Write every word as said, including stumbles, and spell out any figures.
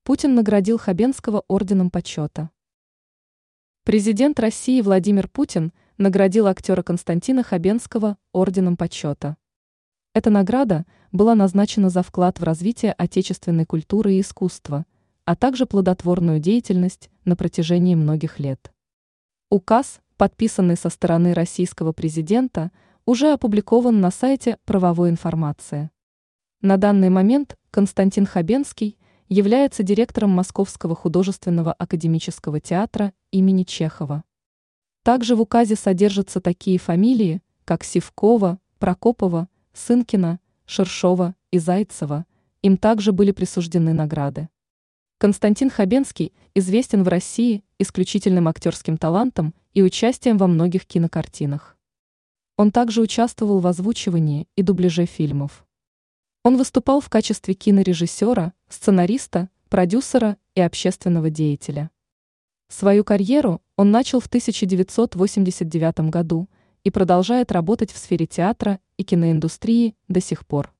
Путин наградил Хабенского орденом почета. Президент России Владимир Путин наградил актера Константина Хабенского орденом почета. Эта награда была назначена за вклад в развитие отечественной культуры и искусства, а также плодотворную деятельность на протяжении многих лет. Указ, подписанный со стороны российского президента, уже опубликован на сайте правовой информации. На данный момент Константин Хабенский является директором Московского художественного академического театра имени Чехова. Также в указе содержатся такие фамилии, как Сивкова, Прокопова, Сынкина, Шершова и Зайцева. Им также были присуждены награды. Константин Хабенский известен в России исключительным актерским талантом и участием во многих кинокартинах. Он также участвовал в озвучивании и дубляже фильмов. Он выступал в качестве кинорежиссера, сценариста, продюсера и общественного деятеля. Свою карьеру он начал в тысяча девятьсот восемьдесят девятом году и продолжает работать в сфере театра и киноиндустрии до сих пор.